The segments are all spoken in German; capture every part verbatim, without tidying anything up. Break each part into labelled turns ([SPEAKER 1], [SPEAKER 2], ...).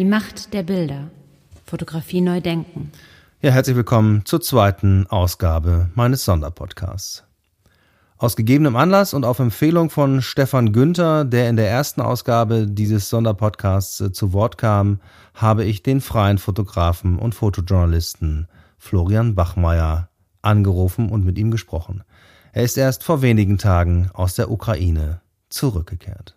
[SPEAKER 1] Macht der Bilder. Fotografie neu denken.
[SPEAKER 2] Ja, herzlich willkommen zur zweiten Ausgabe meines Sonderpodcasts. Aus gegebenem Anlass und auf Empfehlung von Stefan Günther, der in der ersten Ausgabe dieses Sonderpodcasts äh, zu Wort kam, habe ich den freien Fotografen und Fotojournalisten Florian Bachmeier angerufen und mit ihm gesprochen. Er ist erst vor wenigen Tagen aus der Ukraine zurückgekehrt.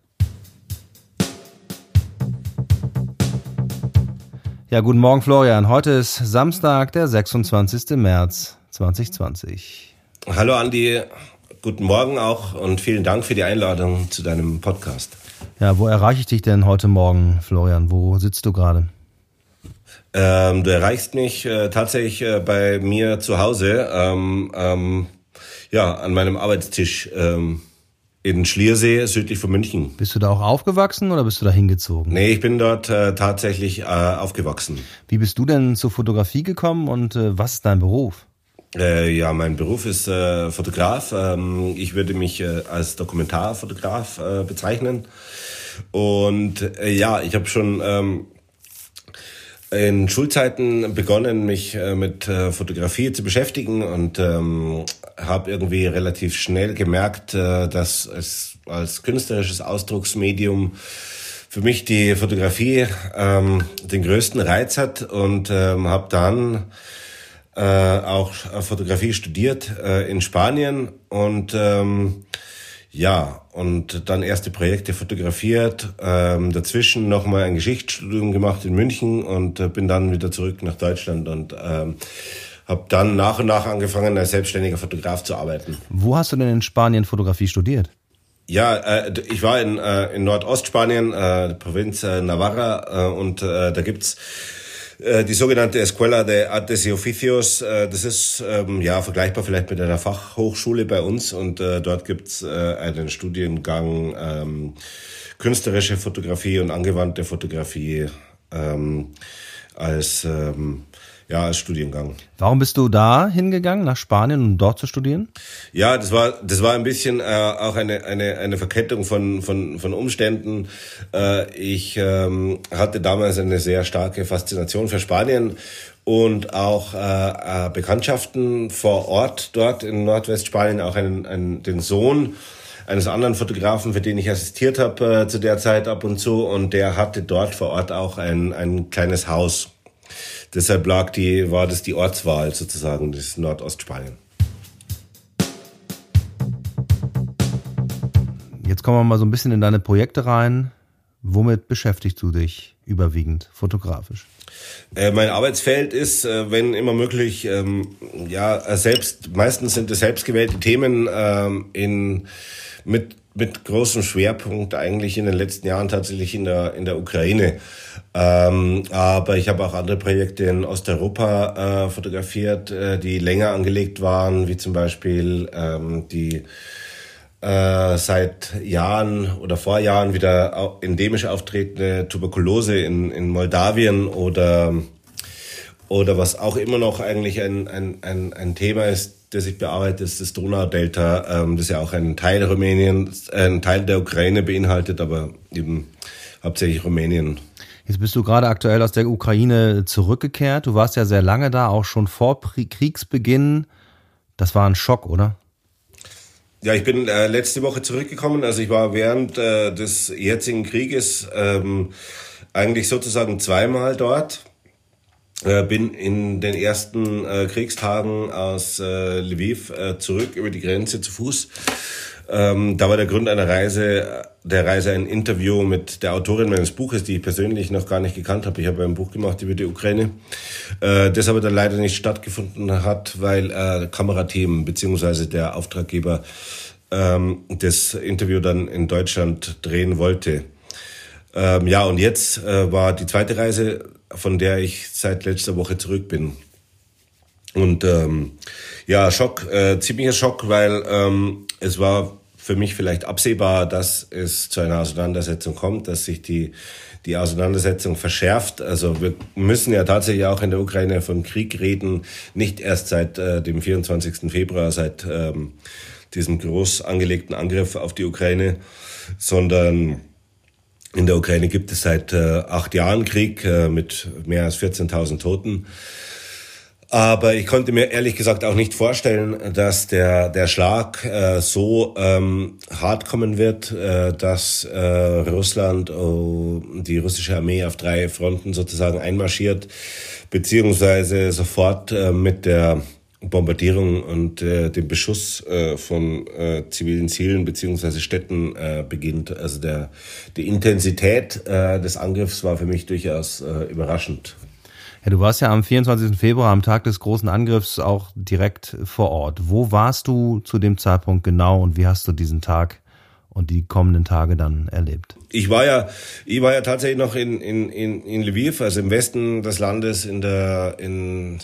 [SPEAKER 2] Ja, guten Morgen Florian. Heute ist Samstag, der sechsundzwanzigster März zweitausendzwanzig.
[SPEAKER 3] Hallo Andi, guten Morgen auch und vielen Dank für die Einladung zu deinem Podcast.
[SPEAKER 2] Ja, wo erreiche ich dich denn heute Morgen, Florian? Wo sitzt du gerade?
[SPEAKER 3] Ähm, du erreichst mich äh, tatsächlich äh, bei mir zu Hause, ähm, ähm, ja, an meinem Arbeitstisch ähm, in Schliersee, südlich von München.
[SPEAKER 2] Bist du da auch aufgewachsen oder bist du da hingezogen?
[SPEAKER 3] Nee, ich bin dort äh, tatsächlich äh, aufgewachsen.
[SPEAKER 2] Wie bist du denn zur Fotografie gekommen und äh, was ist dein Beruf?
[SPEAKER 3] Äh, ja, mein Beruf ist äh, Fotograf. Ähm, ich würde mich äh, als Dokumentarfotograf äh, bezeichnen. Und äh, ja, ich habe schon ähm, in Schulzeiten begonnen, mich äh, mit äh, Fotografie zu beschäftigen und ähm, habe irgendwie relativ schnell gemerkt, äh, dass es als künstlerisches Ausdrucksmedium für mich die Fotografie ähm, den größten Reiz hat und ähm, habe dann äh, auch Fotografie studiert äh, in Spanien und ähm, ja, und dann erste Projekte fotografiert, ähm, dazwischen nochmal ein Geschichtsstudium gemacht in München und äh, bin dann wieder zurück nach Deutschland und ähm, habe dann nach und nach angefangen, als selbstständiger Fotograf zu arbeiten.
[SPEAKER 2] Wo hast du denn in Spanien Fotografie studiert?
[SPEAKER 3] Ja, äh, ich war in, äh, in Nordostspanien, äh, Provinz äh, Navarra, äh, und äh, da gibt's die sogenannte Escuela de Artes y Oficios, das ist ähm, ja vergleichbar vielleicht mit einer Fachhochschule bei uns und äh, dort gibt's äh, einen Studiengang ähm, künstlerische Fotografie und angewandte Fotografie ähm, als ähm, ja als Studiengang.
[SPEAKER 2] Warum bist du da hingegangen, nach Spanien, um dort zu studieren?
[SPEAKER 3] Ja, das war das war ein bisschen äh, auch eine eine eine Verkettung von von von Umständen. Äh, ich ähm, hatte damals eine sehr starke Faszination für Spanien und auch äh, äh, Bekanntschaften vor Ort dort in Nordwestspanien, auch einen, einen den Sohn eines anderen Fotografen, für den ich assistiert habe äh, zu der Zeit ab und zu, und der hatte dort vor Ort auch ein ein kleines Haus. Deshalb lag die, war das die Ortswahl sozusagen, das Nordostspanien.
[SPEAKER 2] Jetzt kommen wir mal so ein bisschen in deine Projekte rein. Womit beschäftigst du dich überwiegend fotografisch?
[SPEAKER 3] Äh, mein Arbeitsfeld ist, äh, wenn immer möglich, ähm, ja, selbst, meistens sind es selbstgewählte Themen ähm, in, mit, mit großem Schwerpunkt eigentlich in den letzten Jahren tatsächlich in der, in der Ukraine. Ähm, aber ich habe auch andere Projekte in Osteuropa äh, fotografiert, äh, die länger angelegt waren, wie zum Beispiel ähm, die äh, seit Jahren oder vor Jahren wieder endemisch auftretende Tuberkulose in, in Moldawien oder, oder was auch immer noch eigentlich ein, ein, ein, ein Thema ist, das ich bearbeite, ist das Donaudelta, ähm, das ja auch einen Teil Rumäniens, äh, einen Teil der Ukraine beinhaltet, aber eben hauptsächlich Rumänien.
[SPEAKER 2] Jetzt bist du gerade aktuell aus der Ukraine zurückgekehrt. Du warst ja sehr lange da, auch schon vor Kriegsbeginn. Das war ein Schock, oder?
[SPEAKER 3] Ja, ich bin äh, letzte Woche zurückgekommen. Also ich war während äh, des jetzigen Krieges ähm, eigentlich sozusagen zweimal dort. Äh, bin in den ersten äh, Kriegstagen aus äh, Lviv äh, zurück über die Grenze zu Fuß. Ähm, da war der Grund einer Reise, der Reise ein Interview mit der Autorin meines Buches, die ich persönlich noch gar nicht gekannt habe. Ich habe ein Buch gemacht über die Ukraine, äh, das aber dann leider nicht stattgefunden hat, weil äh, Kamerateam beziehungsweise der Auftraggeber ähm, das Interview dann in Deutschland drehen wollte. Ähm, ja, und jetzt äh, war die zweite Reise, von der ich seit letzter Woche zurück bin. Und ähm, ja, Schock, äh, ziemlicher Schock, weil ähm, es war für mich vielleicht absehbar, dass es zu einer Auseinandersetzung kommt, dass sich die die Auseinandersetzung verschärft. Also wir müssen ja tatsächlich auch in der Ukraine von Krieg reden, nicht erst seit äh, dem vierundzwanzigsten Februar, seit ähm, diesem groß angelegten Angriff auf die Ukraine, sondern In der Ukraine gibt es seit äh, acht Jahren Krieg äh, mit mehr als vierzehntausend Toten. Aber ich konnte mir ehrlich gesagt auch nicht vorstellen, dass der der Schlag äh, so ähm, hart kommen wird, äh, dass äh, Russland, oh, die russische Armee auf drei Fronten sozusagen einmarschiert, beziehungsweise sofort äh, mit der Bombardierung und äh, dem Beschuss äh, von äh, zivilen Zielen beziehungsweise Städten äh, beginnt. Also der die Intensität äh, des Angriffs war für mich durchaus äh, überraschend.
[SPEAKER 2] Ja, du warst ja am vierundzwanzigsten Februar, am Tag des großen Angriffs, auch direkt vor Ort. Wo warst du zu dem Zeitpunkt genau und wie hast du diesen Tag und die kommenden Tage dann erlebt?
[SPEAKER 3] Ich war ja, ich war ja tatsächlich noch in in in, in Lviv, also im Westen des Landes, in der in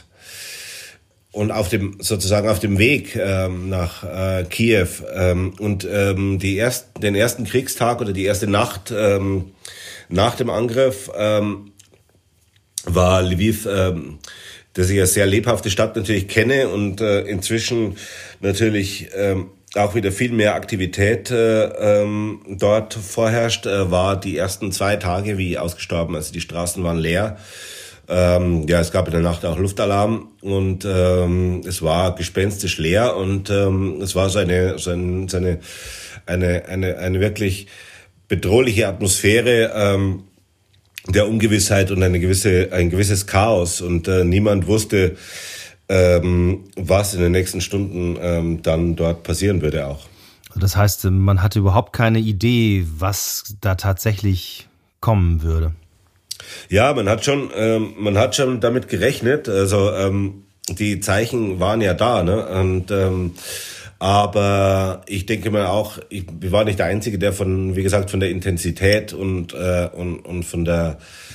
[SPEAKER 3] und auf dem sozusagen auf dem Weg ähm, nach äh, Kiew ähm, und ähm, die erst, den ersten Kriegstag oder die erste Nacht ähm, nach dem Angriff ähm, war Lviv, ähm, dass ich eine sehr lebhafte Stadt natürlich kenne und äh, inzwischen natürlich ähm, auch wieder viel mehr Aktivität äh, ähm, dort vorherrscht, äh, war die ersten zwei Tage wie ausgestorben. Also die Straßen waren leer. Ähm, ja, es gab in der Nacht auch Luftalarm und ähm, es war gespenstisch leer und ähm, es war so eine, so eine, so eine, eine, eine, eine wirklich bedrohliche Atmosphäre ähm, der Ungewissheit und eine gewisse, ein gewisses Chaos und äh, niemand wusste, ähm, was in den nächsten Stunden ähm, dann dort passieren würde auch.
[SPEAKER 2] Das heißt, man hatte überhaupt keine Idee, was da tatsächlich kommen würde.
[SPEAKER 3] Ja, man hat schon, ähm, man hat schon damit gerechnet. Also ähm, die Zeichen waren ja da, ne? Und ähm, aber ich denke mal auch, ich, ich war nicht der Einzige, der von, wie gesagt, von der Intensität und äh, und und von der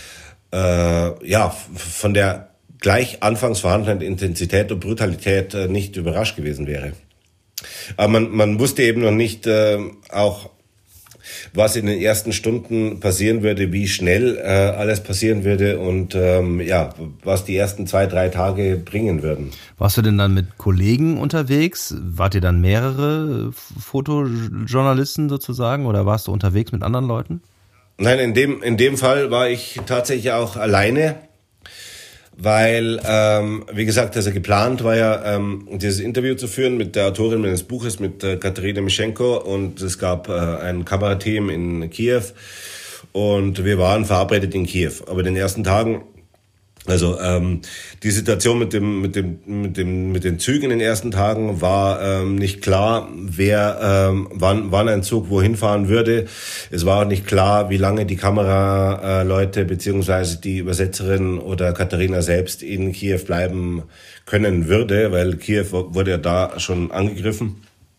[SPEAKER 3] äh, ja von der gleich anfangs vorhandenen Intensität und Brutalität äh, nicht überrascht gewesen wäre. Aber man man wusste eben noch nicht äh, auch, was in den ersten Stunden passieren würde, wie schnell äh, alles passieren würde und ähm, ja, was die ersten zwei, drei Tage bringen würden.
[SPEAKER 2] Warst du denn dann mit Kollegen unterwegs? Wart ihr dann mehrere Fotojournalisten sozusagen oder warst du unterwegs mit anderen Leuten?
[SPEAKER 3] Nein, in dem in dem Fall war ich tatsächlich auch alleine, weil, ähm, wie gesagt, also geplant war ja, ähm, dieses Interview zu führen mit der Autorin meines Buches, mit äh, Katerina Mischenko und es gab äh, ein Kamerateam in Kiew und wir waren verabredet in Kiew. Aber in den ersten Tagen, also ähm, die Situation mit dem mit dem mit dem mit den Zügen in den ersten Tagen war ähm, nicht klar, wer ähm, wann wann ein Zug wohin fahren würde. Es war auch nicht klar, wie lange die Kameraleute äh, beziehungsweise die Übersetzerin oder Katharina selbst in Kiew bleiben können würde, weil Kiew wurde ja da schon angegriffen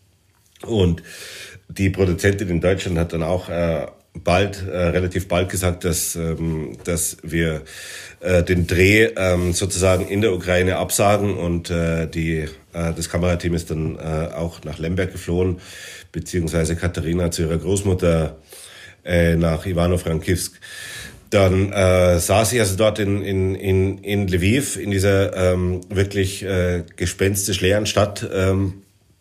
[SPEAKER 3] und die Produzentin in Deutschland hat dann auch äh, bald, äh, relativ bald gesagt, dass, ähm, dass wir äh, den Dreh ähm, sozusagen in der Ukraine absagen und äh, die, äh, das Kamerateam ist dann äh, auch nach Lemberg geflohen, beziehungsweise Katharina zu ihrer Großmutter äh, nach Ivano-Frankivsk. Dann äh, saß ich also dort in, in, in, in Lviv, in dieser ähm, wirklich äh, gespenstisch leeren Stadt ähm,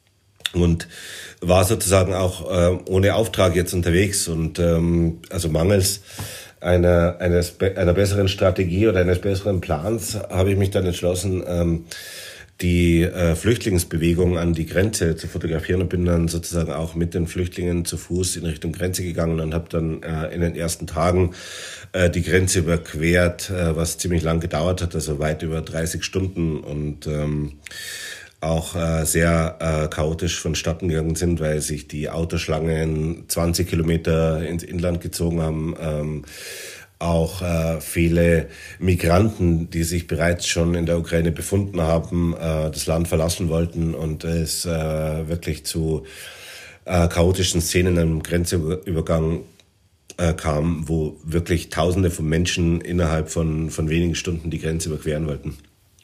[SPEAKER 3] und war sozusagen auch äh, ohne Auftrag jetzt unterwegs und ähm, also mangels einer, eines, einer besseren Strategie oder eines besseren Plans habe ich mich dann entschlossen, ähm, die äh, Flüchtlingsbewegung an die Grenze zu fotografieren und bin dann sozusagen auch mit den Flüchtlingen zu Fuß in Richtung Grenze gegangen und habe dann äh, in den ersten Tagen äh, die Grenze überquert, äh, was ziemlich lang gedauert hat, also weit über dreißig Stunden und ähm, auch äh, sehr äh, chaotisch vonstatten gegangen sind, weil sich die Autoschlangen zwanzig Kilometer ins Inland gezogen haben. Ähm, auch äh, viele Migranten, die sich bereits schon in der Ukraine befunden haben, äh, das Land verlassen wollten und es äh, wirklich zu äh, chaotischen Szenen am Grenzübergang äh, kam, wo wirklich Tausende von Menschen innerhalb von, von wenigen Stunden die Grenze überqueren wollten.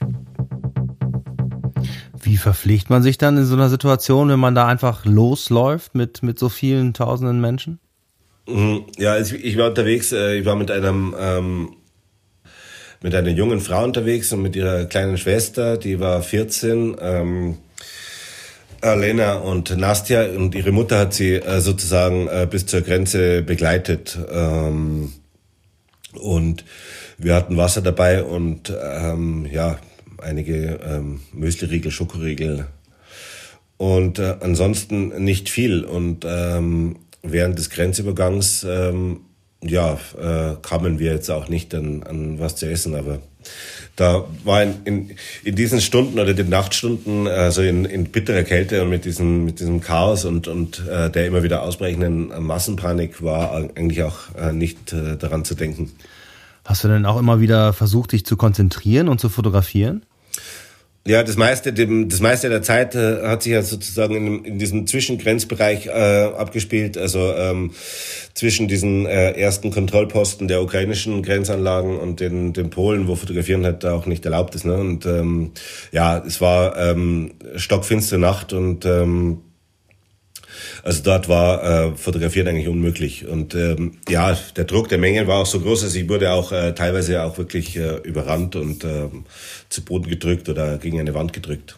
[SPEAKER 2] Wie verpflichtet man sich dann in so einer Situation, wenn man da einfach losläuft mit, mit so vielen tausenden Menschen?
[SPEAKER 3] Ja, ich war unterwegs, ich war mit einem ähm, mit einer jungen Frau unterwegs und mit ihrer kleinen Schwester, die war vierzehn. Ähm, Alena und Nastja, und ihre Mutter hat sie äh, sozusagen äh, bis zur Grenze begleitet. Ähm, und wir hatten Wasser dabei und ähm, ja, einige ähm, Müsli-Riegel, Schokoriegel und äh, ansonsten nicht viel. Und ähm, während des Grenzübergangs ähm, ja, äh, kamen wir jetzt auch nicht an, an was zu essen, aber da war in, in, in diesen Stunden oder den Nachtstunden, also in, in bitterer Kälte und mit diesem, mit diesem Chaos und, und äh, der immer wieder ausbrechenden Massenpanik war eigentlich auch äh, nicht äh, daran zu denken.
[SPEAKER 2] Hast du denn auch immer wieder versucht, dich zu konzentrieren und zu fotografieren?
[SPEAKER 3] Ja, das meiste, dem, das meiste der Zeit äh, hat sich ja sozusagen in, in diesem Zwischengrenzbereich äh, abgespielt, also ähm, zwischen diesen äh, ersten Kontrollposten der ukrainischen Grenzanlagen und den, den Polen, wo Fotografieren halt auch nicht erlaubt ist. Ne? Und ähm, ja, es war ähm, stockfinstere Nacht und ähm, also dort war äh, Fotografieren eigentlich unmöglich. Und ähm, ja, der Druck der Menge war auch so groß, dass ich wurde auch äh, teilweise auch wirklich äh, überrannt und äh, zu Boden gedrückt oder gegen eine Wand gedrückt.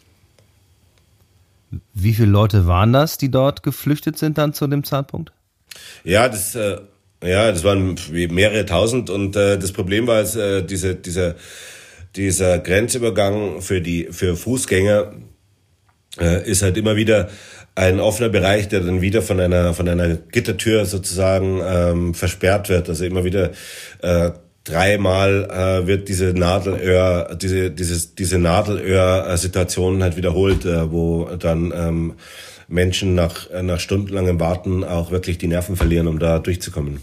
[SPEAKER 2] Wie viele Leute waren das, die dort geflüchtet sind dann zu dem Zeitpunkt?
[SPEAKER 3] Ja, das äh, ja, das waren mehrere tausend und äh, das Problem war, dass, äh, diese, dieser dieser Grenzübergang für die für Fußgänger äh, ist halt immer wieder ein offener Bereich, der dann wieder von einer von einer Gittertür sozusagen ähm, versperrt wird. Also immer wieder äh, dreimal äh, wird diese Nadelöhr, diese dieses diese Nadelöhr-Situation halt wiederholt, äh, wo dann ähm, Menschen nach nach stundenlangem Warten auch wirklich die Nerven verlieren, um da durchzukommen.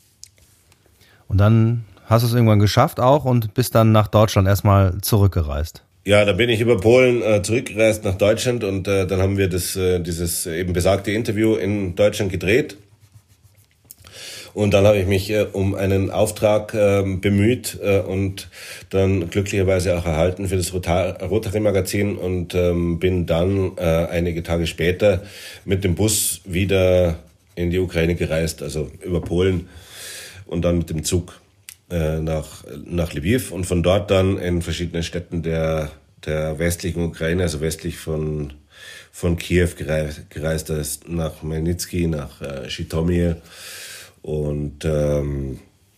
[SPEAKER 2] Und dann hast du es irgendwann geschafft auch und bist dann nach Deutschland erstmal zurückgereist.
[SPEAKER 3] Ja, da bin ich über Polen äh, zurückgereist nach Deutschland und äh, dann haben wir das äh, dieses eben besagte Interview in Deutschland gedreht. Und dann habe ich mich äh, um einen Auftrag äh, bemüht äh, und dann glücklicherweise auch erhalten für das Rotary-Magazin und ähm, bin dann äh, einige Tage später mit dem Bus wieder in die Ukraine gereist, also über Polen und dann mit dem Zug nach nach Lviv und von dort dann in verschiedenen Städten der der westlichen Ukraine, also westlich von von Kiew gereist, gereist ist nach Chmelnytsky, nach äh, Zhytomyr und ähm,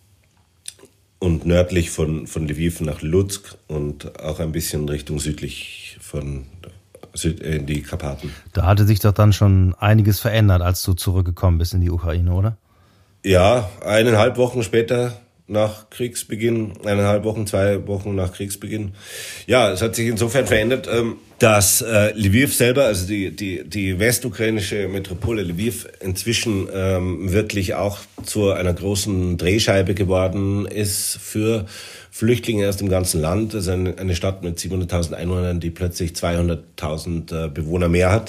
[SPEAKER 3] und nördlich von von Lviv nach Lutsk und auch ein bisschen Richtung südlich von Süd, in die Karpaten.
[SPEAKER 2] Da hatte sich doch dann schon einiges verändert, als du zurückgekommen bist in die Ukraine, oder?
[SPEAKER 3] Ja, eineinhalb Wochen später nach Kriegsbeginn, eineinhalb Wochen, zwei Wochen nach Kriegsbeginn. Ja, es hat sich insofern verändert, dass Lviv selber, also die die die westukrainische Metropole Lviv inzwischen ähm, wirklich auch zu einer großen Drehscheibe geworden ist für Flüchtlinge aus dem ganzen Land. Also eine, eine Stadt mit siebenhunderttausend Einwohnern, die plötzlich zweihunderttausend äh, Bewohner mehr hat.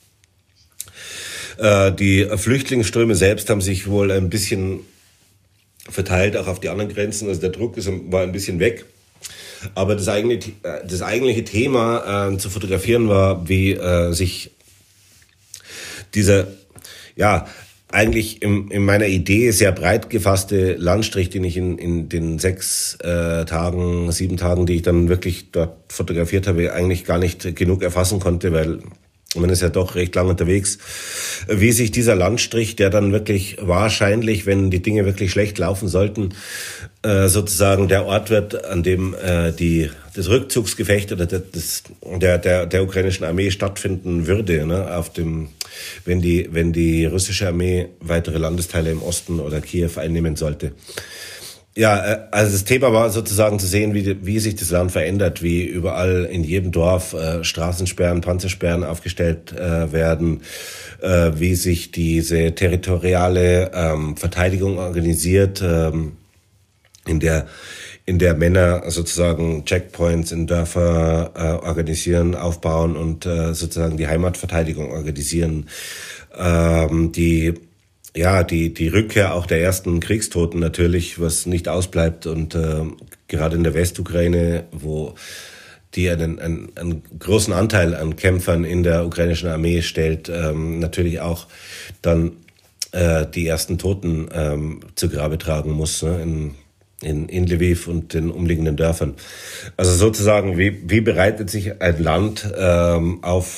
[SPEAKER 3] Äh, die Flüchtlingsströme selbst haben sich wohl ein bisschen verteilt auch auf die anderen Grenzen, also der Druck ist, war ein bisschen weg. Aber das eigentliche, das eigentliche Thema äh, zu fotografieren war, wie äh, sich dieser, ja, eigentlich in, in meiner Idee sehr breit gefasste Landstrich, den ich in, in den sechs äh, Tagen, sieben Tagen, die ich dann wirklich dort fotografiert habe, eigentlich gar nicht genug erfassen konnte, weil man ist ja doch recht lang unterwegs, wie sich dieser Landstrich, der dann wirklich wahrscheinlich, wenn die Dinge wirklich schlecht laufen sollten, äh, sozusagen der Ort wird, an dem äh, die das Rückzugsgefecht oder das, der der der ukrainischen Armee stattfinden würde, ne, auf dem, wenn die wenn die russische Armee weitere Landesteile im Osten oder Kiew einnehmen sollte. Ja, also das Thema war sozusagen zu sehen, wie, wie sich das Land verändert, wie überall in jedem Dorf äh, Straßensperren, Panzersperren aufgestellt äh, werden, äh, wie sich diese territoriale ähm, Verteidigung organisiert, ähm, in der in der Männer sozusagen Checkpoints in Dörfer äh, organisieren, aufbauen und äh, sozusagen die Heimatverteidigung organisieren, ähm, die Ja, die die Rückkehr auch der ersten Kriegstoten natürlich, was nicht ausbleibt und äh, gerade in der Westukraine, wo die einen, einen, einen großen Anteil an Kämpfern in der ukrainischen Armee stellt, ähm, natürlich auch dann äh, die ersten Toten ähm, zu Grabe tragen muss, ne, in, in, in Lviv und den umliegenden Dörfern. Also sozusagen, wie, wie bereitet sich ein Land ähm, auf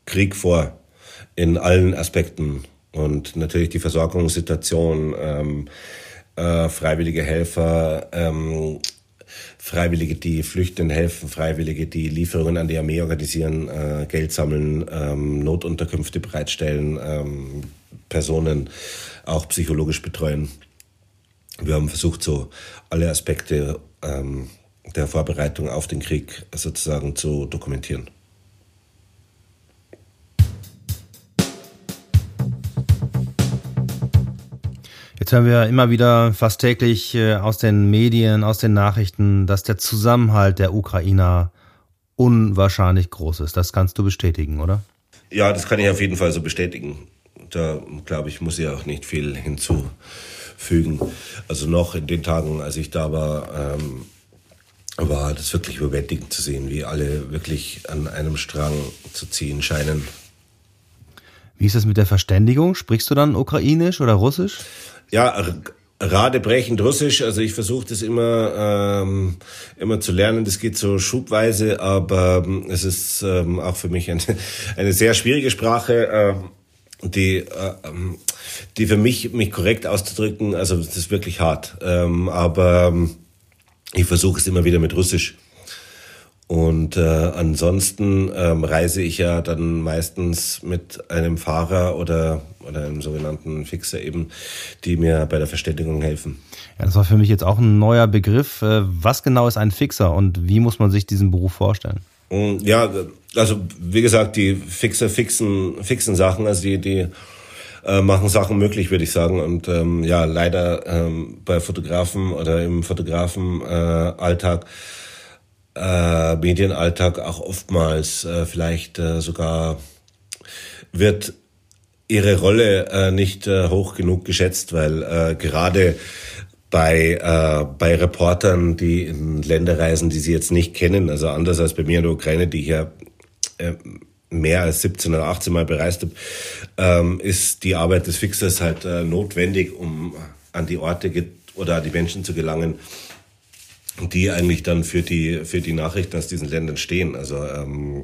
[SPEAKER 3] Krieg vor, in allen Aspekten. Und natürlich die Versorgungssituation, ähm, äh, freiwillige Helfer, ähm, Freiwillige, die Flüchtenden helfen, Freiwillige, die Lieferungen an die Armee organisieren, äh, Geld sammeln, ähm, Notunterkünfte bereitstellen, ähm, Personen auch psychologisch betreuen. Wir haben versucht, so alle Aspekte ähm, der Vorbereitung auf den Krieg sozusagen zu dokumentieren.
[SPEAKER 2] Jetzt hören wir immer wieder fast täglich äh, aus den Medien, aus den Nachrichten, dass der Zusammenhalt der Ukrainer unwahrscheinlich groß ist. Das kannst du bestätigen, oder?
[SPEAKER 3] Ja, das kann ich auf jeden Fall so bestätigen. Da, glaube ich, muss ich auch nicht viel hinzufügen. Also noch in den Tagen, als ich da war, ähm, war das wirklich überwältigend zu sehen, wie alle wirklich an einem Strang zu ziehen scheinen.
[SPEAKER 2] Wie ist das mit der Verständigung? Sprichst du dann Ukrainisch oder Russisch?
[SPEAKER 3] Ja, radebrechend Russisch. Also ich versuche das immer ähm, immer zu lernen. Das geht so schubweise, aber ähm, es ist ähm, auch für mich eine, eine sehr schwierige Sprache, äh, die äh, die für mich mich korrekt auszudrücken. Also das ist wirklich hart. Ähm, aber ähm, ich versuche es immer wieder mit Russisch. Und äh, ansonsten ähm, reise ich ja dann meistens mit einem Fahrer oder oder einem sogenannten Fixer eben, die mir bei der Verständigung helfen.
[SPEAKER 2] Ja, das war für mich jetzt auch ein neuer Begriff. Was genau ist ein Fixer und wie muss man sich diesen Beruf vorstellen?
[SPEAKER 3] Ja, also wie gesagt, die Fixer fixen fixen Sachen, also die die äh, machen Sachen möglich, würde ich sagen. Und ähm, ja, leider ähm, bei Fotografen oder im Fotografenalltag äh, Äh, Medienalltag auch oftmals äh, vielleicht äh, sogar wird ihre Rolle äh, nicht äh, hoch genug geschätzt, weil äh, gerade bei äh, bei Reportern, die in Länder reisen, die sie jetzt nicht kennen, also anders als bei mir in der Ukraine, die ich ja äh, mehr als siebzehn oder achtzehn Mal bereist habe, ähm, ist die Arbeit des Fixers halt äh, notwendig, um an die Orte ge- oder an die Menschen zu gelangen, die eigentlich dann für die für die Nachrichten aus diesen Ländern stehen. Also ähm,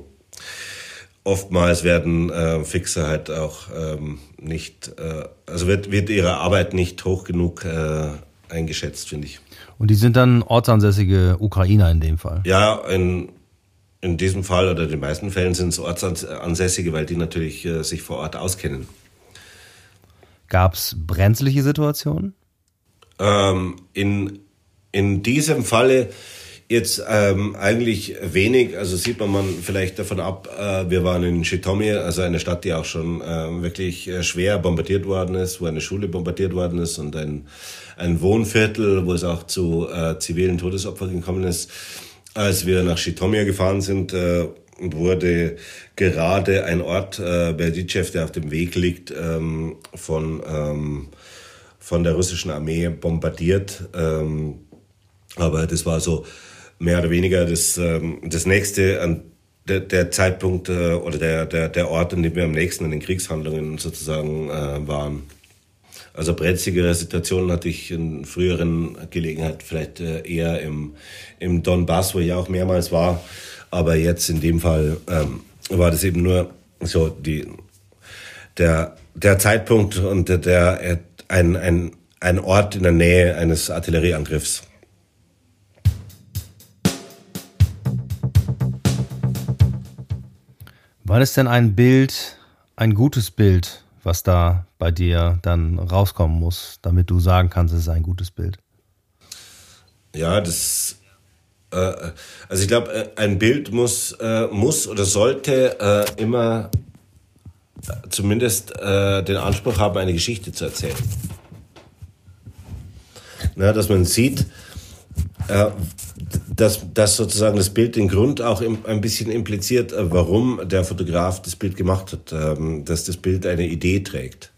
[SPEAKER 3] oftmals werden äh, Fixer halt auch ähm, nicht, äh, also wird wird ihre Arbeit nicht hoch genug äh, eingeschätzt, finde ich.
[SPEAKER 2] Und die sind dann ortsansässige Ukrainer in dem Fall?
[SPEAKER 3] Ja, in in diesem Fall oder in den meisten Fällen sind es Ortsansässige, weil die natürlich äh, sich vor Ort auskennen.
[SPEAKER 2] Gab es brenzliche Situationen?
[SPEAKER 3] Ähm, in In diesem Falle jetzt ähm, eigentlich wenig, also sieht man man vielleicht davon ab, äh, wir waren in Zhytomyr, also eine Stadt, die auch schon äh, wirklich äh, schwer bombardiert worden ist, wo eine Schule bombardiert worden ist und ein, ein Wohnviertel, wo es auch zu äh, zivilen Todesopfern gekommen ist. Als wir nach Zhytomyr gefahren sind, äh, wurde gerade ein Ort, äh, Berdichev, der auf dem Weg liegt, ähm, von, ähm, von der russischen Armee bombardiert. Ähm, Aber das war so mehr oder weniger das, ähm, das nächste, an der, der Zeitpunkt äh, oder der, der, der Ort, an dem wir am nächsten an den Kriegshandlungen sozusagen äh, waren. Also brenzligere Situationen hatte ich in früheren Gelegenheiten vielleicht äh, eher im, im Donbass, wo ich auch mehrmals war. Aber jetzt in dem Fall ähm, war das eben nur so die, der, der Zeitpunkt und der, der ein, ein, ein Ort in der Nähe eines Artillerieangriffs.
[SPEAKER 2] Wann ist denn ein Bild, ein gutes Bild, was da bei dir dann rauskommen muss, damit du sagen kannst, es ist ein gutes Bild?
[SPEAKER 3] Ja, das, äh, also ich glaube, ein Bild muss, äh, muss oder sollte äh, immer zumindest äh, den Anspruch haben, eine Geschichte zu erzählen. Na, dass man sieht, äh, dass, dass sozusagen das Bild den Grund auch im, ein bisschen impliziert, äh, warum der Fotograf das Bild gemacht hat, ähm, dass das Bild eine Idee trägt.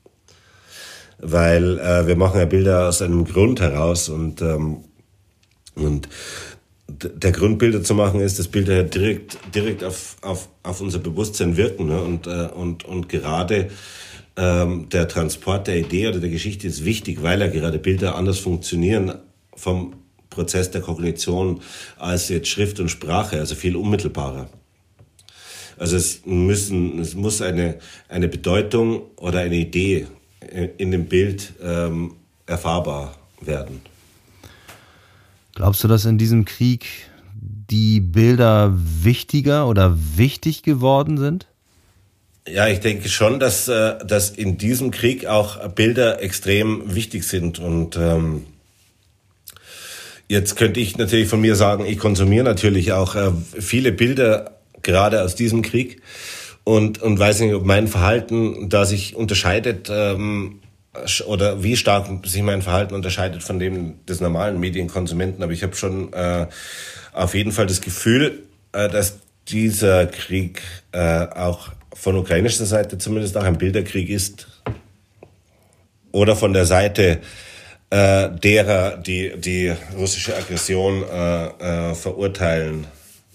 [SPEAKER 3] Weil äh, wir machen ja Bilder aus einem Grund heraus und, ähm, und d- der Grund, Bilder zu machen, ist, dass Bilder direkt, direkt auf, auf, auf unser Bewusstsein wirken. Ne? Und, äh, und, und gerade ähm, der Transport der Idee oder der Geschichte ist wichtig, weil ja gerade Bilder anders funktionieren vom Prozess der Kognition als jetzt Schrift und Sprache, also viel unmittelbarer. Also es müssen, es muss eine, eine Bedeutung oder eine Idee in dem Bild ähm, erfahrbar werden.
[SPEAKER 2] Glaubst du, dass in diesem Krieg die Bilder wichtiger oder wichtig geworden sind?
[SPEAKER 3] Ja, ich denke schon, dass, äh, dass in diesem Krieg auch Bilder extrem wichtig sind. Und ähm, jetzt könnte ich natürlich von mir sagen, ich konsumiere natürlich auch äh, viele Bilder, gerade aus diesem Krieg. Und, und weiß nicht, ob mein Verhalten da sich unterscheidet ähm, oder wie stark sich mein Verhalten unterscheidet von dem des normalen Medienkonsumenten. Aber ich habe schon äh, auf jeden Fall das Gefühl, äh, dass dieser Krieg äh, auch von ukrainischer Seite zumindest auch ein Bilderkrieg ist. Oder von der Seite äh, derer, die die russische Aggression äh, äh, verurteilen.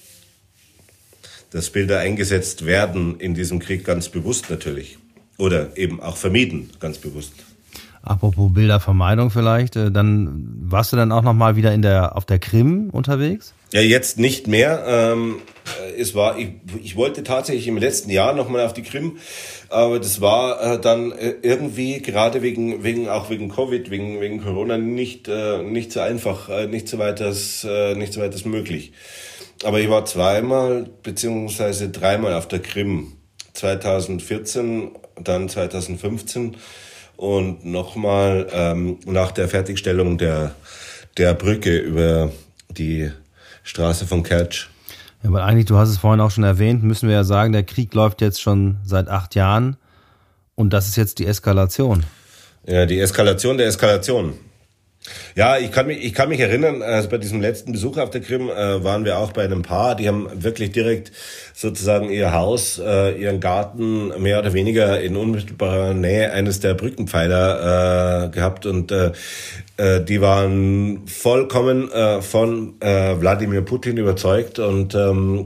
[SPEAKER 3] Dass Bilder eingesetzt werden in diesem Krieg ganz bewusst natürlich. Oder eben auch vermieden, ganz bewusst.
[SPEAKER 2] Apropos Bildervermeidung vielleicht, dann warst du dann auch nochmal wieder in der, auf der Krim unterwegs?
[SPEAKER 3] Ja, jetzt nicht mehr. Ähm, es war, ich, ich wollte tatsächlich im letzten Jahr nochmal auf die Krim, aber das war äh, dann irgendwie gerade wegen, wegen auch wegen Covid, wegen, wegen Corona nicht, äh, nicht so einfach, äh, nicht so weiters, äh, nicht so weiters möglich. Aber ich war zweimal beziehungsweise dreimal auf der Krim. zweitausendvierzehn, dann zweitausendfünfzehn und nochmal ähm, nach der Fertigstellung der, der Brücke über die Straße von Kertsch.
[SPEAKER 2] Ja, weil eigentlich, du hast es vorhin auch schon erwähnt, müssen wir ja sagen, der Krieg läuft jetzt schon seit acht Jahren und das ist jetzt die Eskalation.
[SPEAKER 3] Ja, die Eskalation der Eskalation. Ja, ich kann mich, ich kann mich erinnern, also bei diesem letzten Besuch auf der Krim äh, waren wir auch bei einem Paar, die haben wirklich direkt sozusagen ihr Haus, äh, ihren Garten mehr oder weniger in unmittelbarer Nähe eines der Brückenpfeiler äh, gehabt und äh, äh, die waren vollkommen äh, von äh, Wladimir Putin überzeugt und ähm,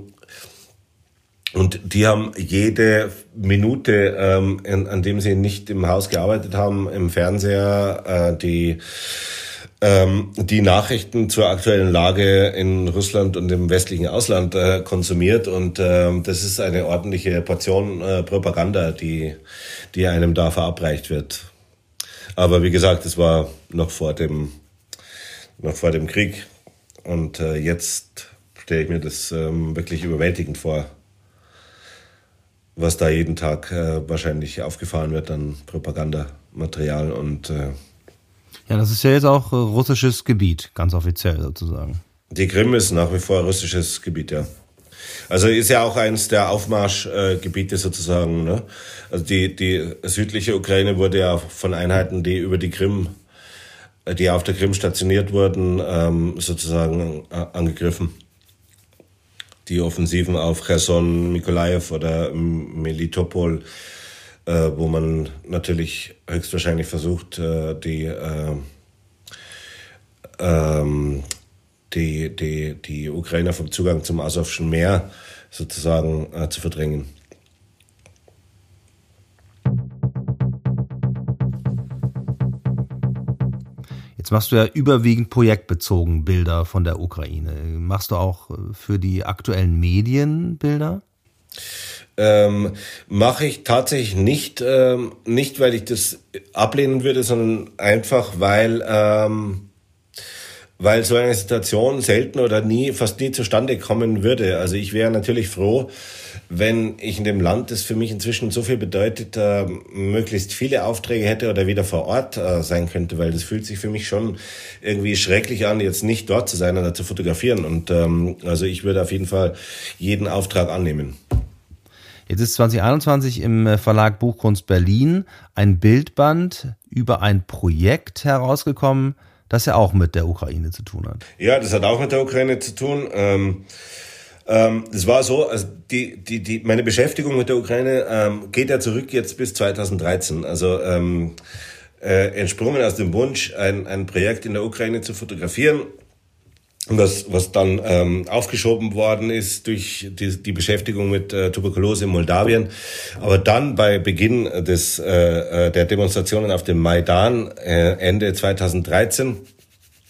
[SPEAKER 3] Und die haben jede Minute, ähm, in, an dem sie nicht im Haus gearbeitet haben, im Fernseher äh, die ähm, die Nachrichten zur aktuellen Lage in Russland und im westlichen Ausland äh, konsumiert. Und äh, das ist eine ordentliche Portion äh, Propaganda, die die einem da verabreicht wird. Aber wie gesagt, es war noch vor dem noch vor dem Krieg. Und äh, jetzt stelle ich mir das ähm, wirklich überwältigend vor, was da jeden Tag äh, wahrscheinlich aufgefahren wird an Propagandamaterial. Und äh,
[SPEAKER 2] ja, das ist ja jetzt auch äh, russisches Gebiet, ganz offiziell sozusagen.
[SPEAKER 3] Die Krim ist nach wie vor russisches Gebiet, ja. Also ist ja auch eines der Aufmarschgebiete äh, sozusagen. Ne? Also die, die südliche Ukraine wurde ja von Einheiten, die über die Krim, die auf der Krim stationiert wurden, ähm, sozusagen äh, angegriffen. Die Offensiven auf Cherson, Mykolajiw oder Melitopol, äh, wo man natürlich höchstwahrscheinlich versucht, äh, die, äh, ähm, die, die, die Ukrainer vom Zugang zum Asowschen Meer sozusagen äh, zu verdrängen.
[SPEAKER 2] Jetzt machst du ja überwiegend projektbezogen Bilder von der Ukraine. Machst du auch für die aktuellen Medien Bilder?
[SPEAKER 3] Ähm, mache ich tatsächlich nicht, ähm, nicht weil ich das ablehnen würde, sondern einfach, weil, ähm, weil so eine Situation selten oder nie, fast nie zustande kommen würde. Also ich wäre natürlich froh, wenn ich in dem Land, das für mich inzwischen so viel bedeutet, äh, möglichst viele Aufträge hätte oder wieder vor Ort äh, sein könnte, weil das fühlt sich für mich schon irgendwie schrecklich an, jetzt nicht dort zu sein oder zu fotografieren. Und ähm, also ich würde auf jeden Fall jeden Auftrag annehmen.
[SPEAKER 2] Jetzt ist zwanzig einundzwanzig im Verlag Buchkunst Berlin ein Bildband über ein Projekt herausgekommen, das ja auch mit der Ukraine zu tun hat.
[SPEAKER 3] Ja, das hat auch mit der Ukraine zu tun. Ähm, ähm, das war so, also die, die, die, meine Beschäftigung mit der Ukraine ähm, geht ja zurück jetzt bis zweitausenddreizehn. Also ähm, äh, entsprungen aus dem Wunsch, ein, ein Projekt in der Ukraine zu fotografieren. Was, was dann ähm, aufgeschoben worden ist durch die, die Beschäftigung mit äh, Tuberkulose in Moldawien. Aber dann bei Beginn des äh, der Demonstrationen auf dem Maidan äh, Ende zweitausenddreizehn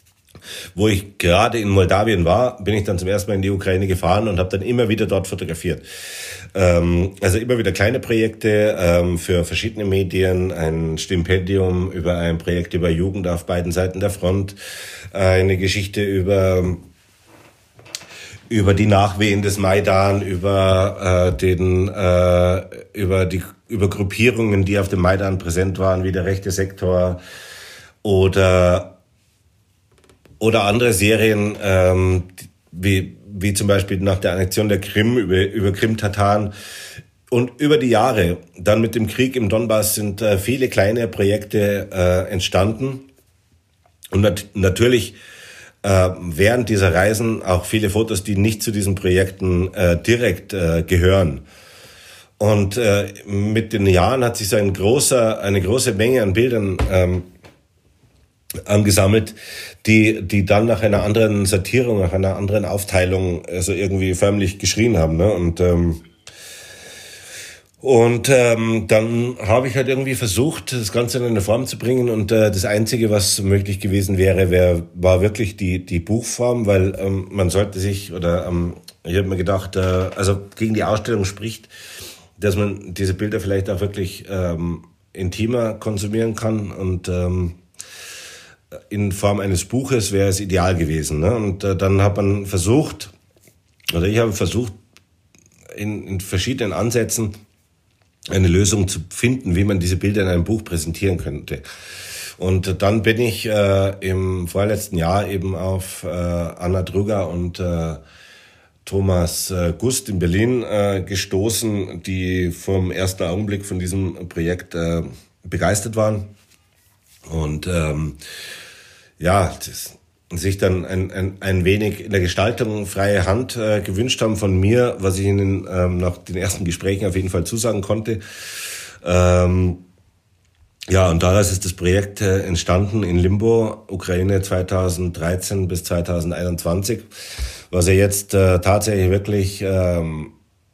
[SPEAKER 3] wo ich gerade in Moldawien war, bin ich dann zum ersten Mal in die Ukraine gefahren und habe dann immer wieder dort fotografiert. Ähm, also immer wieder kleine Projekte ähm, für verschiedene Medien, ein Stipendium über ein Projekt über Jugend auf beiden Seiten der Front, eine Geschichte über über die Nachwehen des Maidan, über äh, den äh, über die über Gruppierungen, die auf dem Maidan präsent waren, wie der rechte Sektor oder oder andere Serien, ähm, wie wie zum Beispiel nach der Annexion der Krim über über Krim-Tataren. Und über die Jahre, dann mit dem Krieg im Donbass, sind äh, viele kleine Projekte äh, entstanden. Und nat- natürlich äh, während dieser Reisen auch viele Fotos, die nicht zu diesen Projekten äh, direkt äh, gehören. Und äh, mit den Jahren hat sich so ein großer, eine große Menge an Bildern ähm, angesammelt, die die dann nach einer anderen Sortierung, nach einer anderen Aufteilung also irgendwie förmlich geschrien haben. Ne? Und ähm, Und ähm, dann habe ich halt irgendwie versucht, das Ganze in eine Form zu bringen. Und äh, das Einzige, was möglich gewesen wäre, wär, war wirklich die die Buchform, weil ähm, man sollte sich, oder ähm, ich habe mir gedacht, äh, also gegen die Ausstellung spricht, dass man diese Bilder vielleicht auch wirklich ähm, intimer konsumieren kann. Und ähm, in Form eines Buches wäre es ideal gewesen. Ne? Und äh, dann hat man versucht, oder ich habe versucht, in, in verschiedenen Ansätzen eine Lösung zu finden, wie man diese Bilder in einem Buch präsentieren könnte. Und dann bin ich äh, im vorletzten Jahr eben auf äh, Anna Drüger und äh, Thomas äh, Gust in Berlin äh, gestoßen, die vom ersten Augenblick von diesem Projekt äh, begeistert waren. Und ähm, ja, das, sich dann ein, ein, ein wenig in der Gestaltung freie Hand äh, gewünscht haben von mir, was ich ihnen ähm, nach den ersten Gesprächen auf jeden Fall zusagen konnte. Ähm, ja, und daraus ist das Projekt äh, entstanden in Limbo, Ukraine zweitausenddreizehn bis zweitausendeinundzwanzig, was ja jetzt äh, tatsächlich wirklich ähm,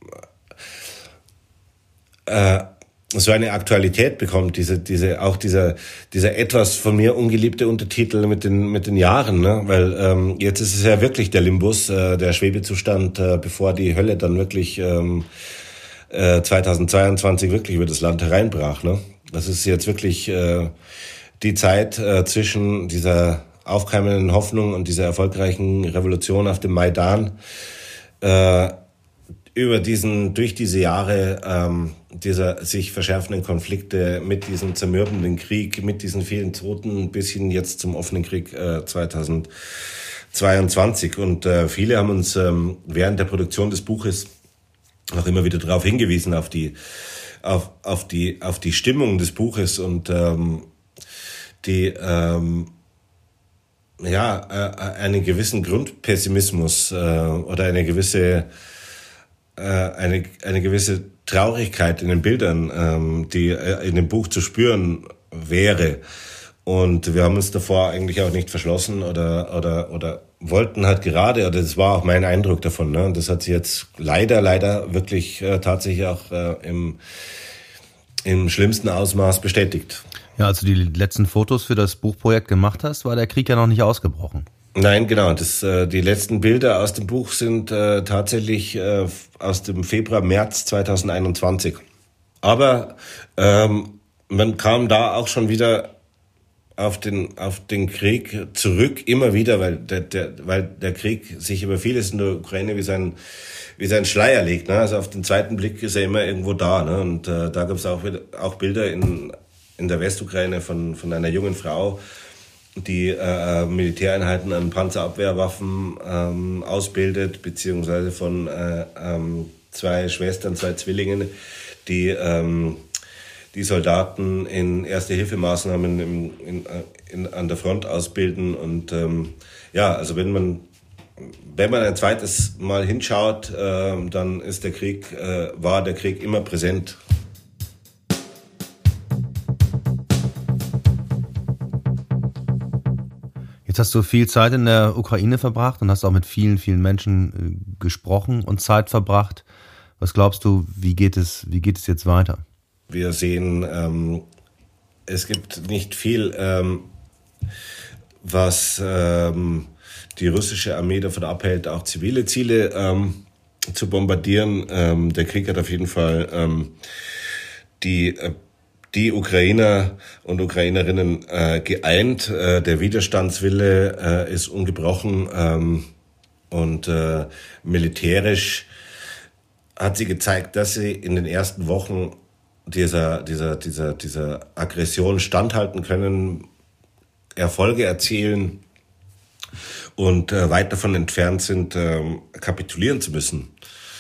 [SPEAKER 3] äh, so eine Aktualität bekommt, diese, diese, auch dieser, dieser etwas von mir ungeliebte Untertitel mit den, mit den Jahren, ne? Weil, ähm, jetzt ist es ja wirklich der Limbus, äh, der Schwebezustand, äh, bevor die Hölle dann wirklich, ähm, äh, zweitausendzweiundzwanzig wirklich über das Land hereinbrach, ne? Das ist jetzt wirklich, äh, die Zeit, äh, zwischen dieser aufkeimenden Hoffnung und dieser erfolgreichen Revolution auf dem Maidan, äh, über diesen, durch diese Jahre ähm, dieser sich verschärfenden Konflikte mit diesem zermürbenden Krieg, mit diesen vielen Toten bis hin jetzt zum offenen Krieg äh, zweitausendzweiundzwanzig. Und äh, viele haben uns ähm, während der Produktion des Buches auch immer wieder darauf hingewiesen, auf die, auf, auf die, auf die Stimmung des Buches und ähm, die ähm, ja äh, einen gewissen Grundpessimismus äh, oder eine gewisse Eine, eine gewisse Traurigkeit in den Bildern, ähm, die in dem Buch zu spüren wäre. Und wir haben uns davor eigentlich auch nicht verschlossen oder, oder, oder wollten halt gerade, oder das war auch mein Eindruck davon, ne? Und das hat sich jetzt leider, leider wirklich äh, tatsächlich auch äh, im, im schlimmsten Ausmaß bestätigt.
[SPEAKER 2] Ja, als du die letzten Fotos für das Buchprojekt gemacht hast, war der Krieg ja noch nicht ausgebrochen.
[SPEAKER 3] Nein, genau. Das, äh, die letzten Bilder aus dem Buch sind äh, tatsächlich äh, aus dem Februar, März zweitausendeinundzwanzig. Aber ähm, man kam da auch schon wieder auf den auf den Krieg zurück, immer wieder, weil der, der weil der Krieg sich über vieles in der Ukraine wie sein wie sein Schleier legt. Ne? Also auf den zweiten Blick ist er immer irgendwo da. Ne? Und äh, da gab es auch wieder, auch Bilder in in der Westukraine von von einer jungen Frau, die äh, Militäreinheiten an Panzerabwehrwaffen ähm, ausbildet, beziehungsweise von äh, ähm, zwei Schwestern, zwei Zwillingen, die ähm, die Soldaten in Erste-Hilfe-Maßnahmen im, in, in, an der Front ausbilden. Und ähm, ja, also wenn man wenn man ein zweites Mal hinschaut, äh, dann ist der Krieg, äh, war der Krieg immer präsent.
[SPEAKER 2] Jetzt hast du viel Zeit in der Ukraine verbracht und hast auch mit vielen, vielen Menschen äh, gesprochen und Zeit verbracht. Was glaubst du, wie geht es, wie geht es jetzt weiter?
[SPEAKER 3] Wir sehen, ähm, es gibt nicht viel, ähm, was ähm, die russische Armee davon abhält, auch zivile Ziele ähm, zu bombardieren. Ähm, der Krieg hat auf jeden Fall ähm, die äh, die Ukrainer und Ukrainerinnen äh, geeint. Äh, der Widerstandswille äh, ist ungebrochen ähm, und äh, militärisch hat sie gezeigt, dass sie in den ersten Wochen dieser dieser dieser dieser Aggression standhalten können, Erfolge erzielen und äh, weit davon entfernt sind, äh, kapitulieren zu müssen.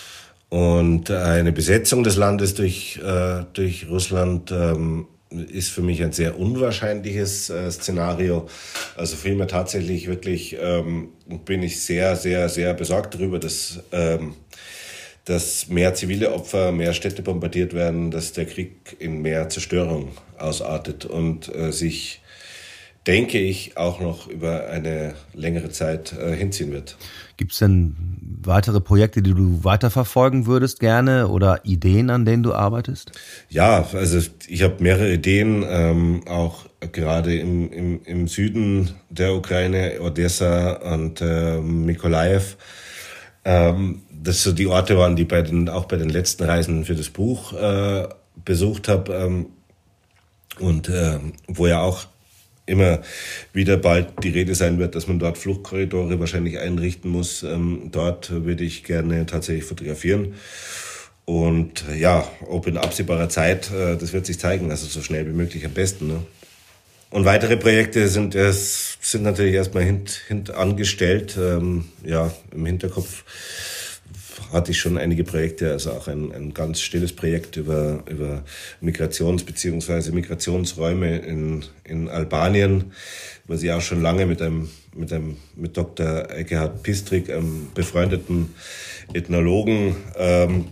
[SPEAKER 3] Und eine Besetzung des Landes durch äh, durch Russland ähm, ist für mich ein sehr unwahrscheinliches äh, Szenario. Also vielmehr tatsächlich wirklich ähm, bin ich sehr, sehr, sehr besorgt darüber, dass, ähm, dass mehr zivile Opfer, mehr Städte bombardiert werden, dass der Krieg in mehr Zerstörung ausartet und äh, sich, denke ich, auch noch über eine längere Zeit äh, hinziehen wird.
[SPEAKER 2] Gibt es denn weitere Projekte, die du weiterverfolgen würdest gerne oder Ideen, an denen du arbeitest?
[SPEAKER 3] Ja, also ich habe mehrere Ideen, ähm, auch gerade im, im, im Süden der Ukraine, Odessa und äh, Mykolaiv. Ähm, das so die Orte waren, die bei den auch bei den letzten Reisen für das Buch äh, besucht habe ähm, und äh, wo ja auch immer wieder bald die Rede sein wird, dass man dort Fluchtkorridore wahrscheinlich einrichten muss. Ähm, dort würde ich gerne tatsächlich fotografieren. Und ja, ob in absehbarer Zeit, äh, das wird sich zeigen, also so schnell wie möglich am besten. Ne? Und weitere Projekte sind, es sind natürlich erstmal hint, hint angestellt. Ähm, ja, im Hinterkopf hatte ich schon einige Projekte, also auch ein, ein ganz stilles Projekt über, über Migrations- bzw. Migrationsräume in, in Albanien, was ich auch schon lange mit einem, mit einem, mit Doktor Eckehard Pistrik, einem befreundeten Ethnologen, ähm,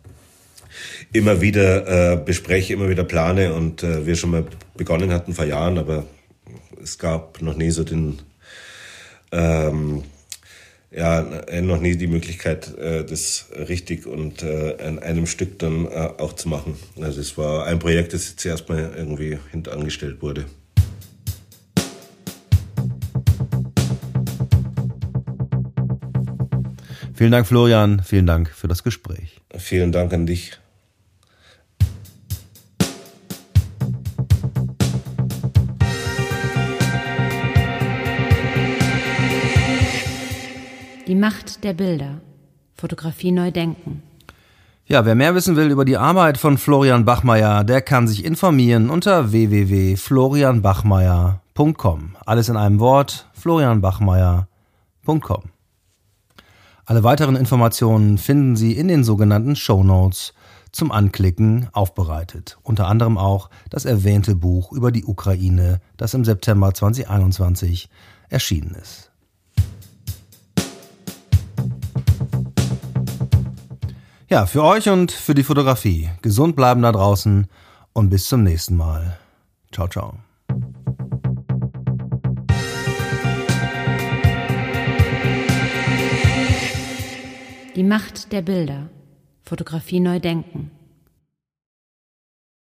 [SPEAKER 3] immer wieder äh, bespreche, immer wieder plane und äh, wir schon mal begonnen hatten vor Jahren, aber es gab noch nie so den, ähm, ja, noch nie die Möglichkeit, das richtig und in einem Stück dann auch zu machen. Also es war ein Projekt, das jetzt erstmal irgendwie hintangestellt wurde.
[SPEAKER 2] Vielen Dank, Florian. Vielen Dank für das Gespräch.
[SPEAKER 3] Vielen Dank an dich.
[SPEAKER 1] Die Macht der Bilder. Fotografie neu denken.
[SPEAKER 2] Ja, wer mehr wissen will über die Arbeit von Florian Bachmeier, der kann sich informieren unter w w w punkt florian bachmeier punkt com. Alles in einem Wort, florian bachmeier punkt com. Alle weiteren Informationen finden Sie in den sogenannten Shownotes zum Anklicken aufbereitet. Unter anderem auch das erwähnte Buch über die Ukraine, das im September zweitausendeinundzwanzig erschienen ist. Ja, für euch und für die Fotografie. Gesund bleiben da draußen und bis zum nächsten Mal. Ciao, ciao.
[SPEAKER 1] Die Macht der Bilder. Fotografie neu denken.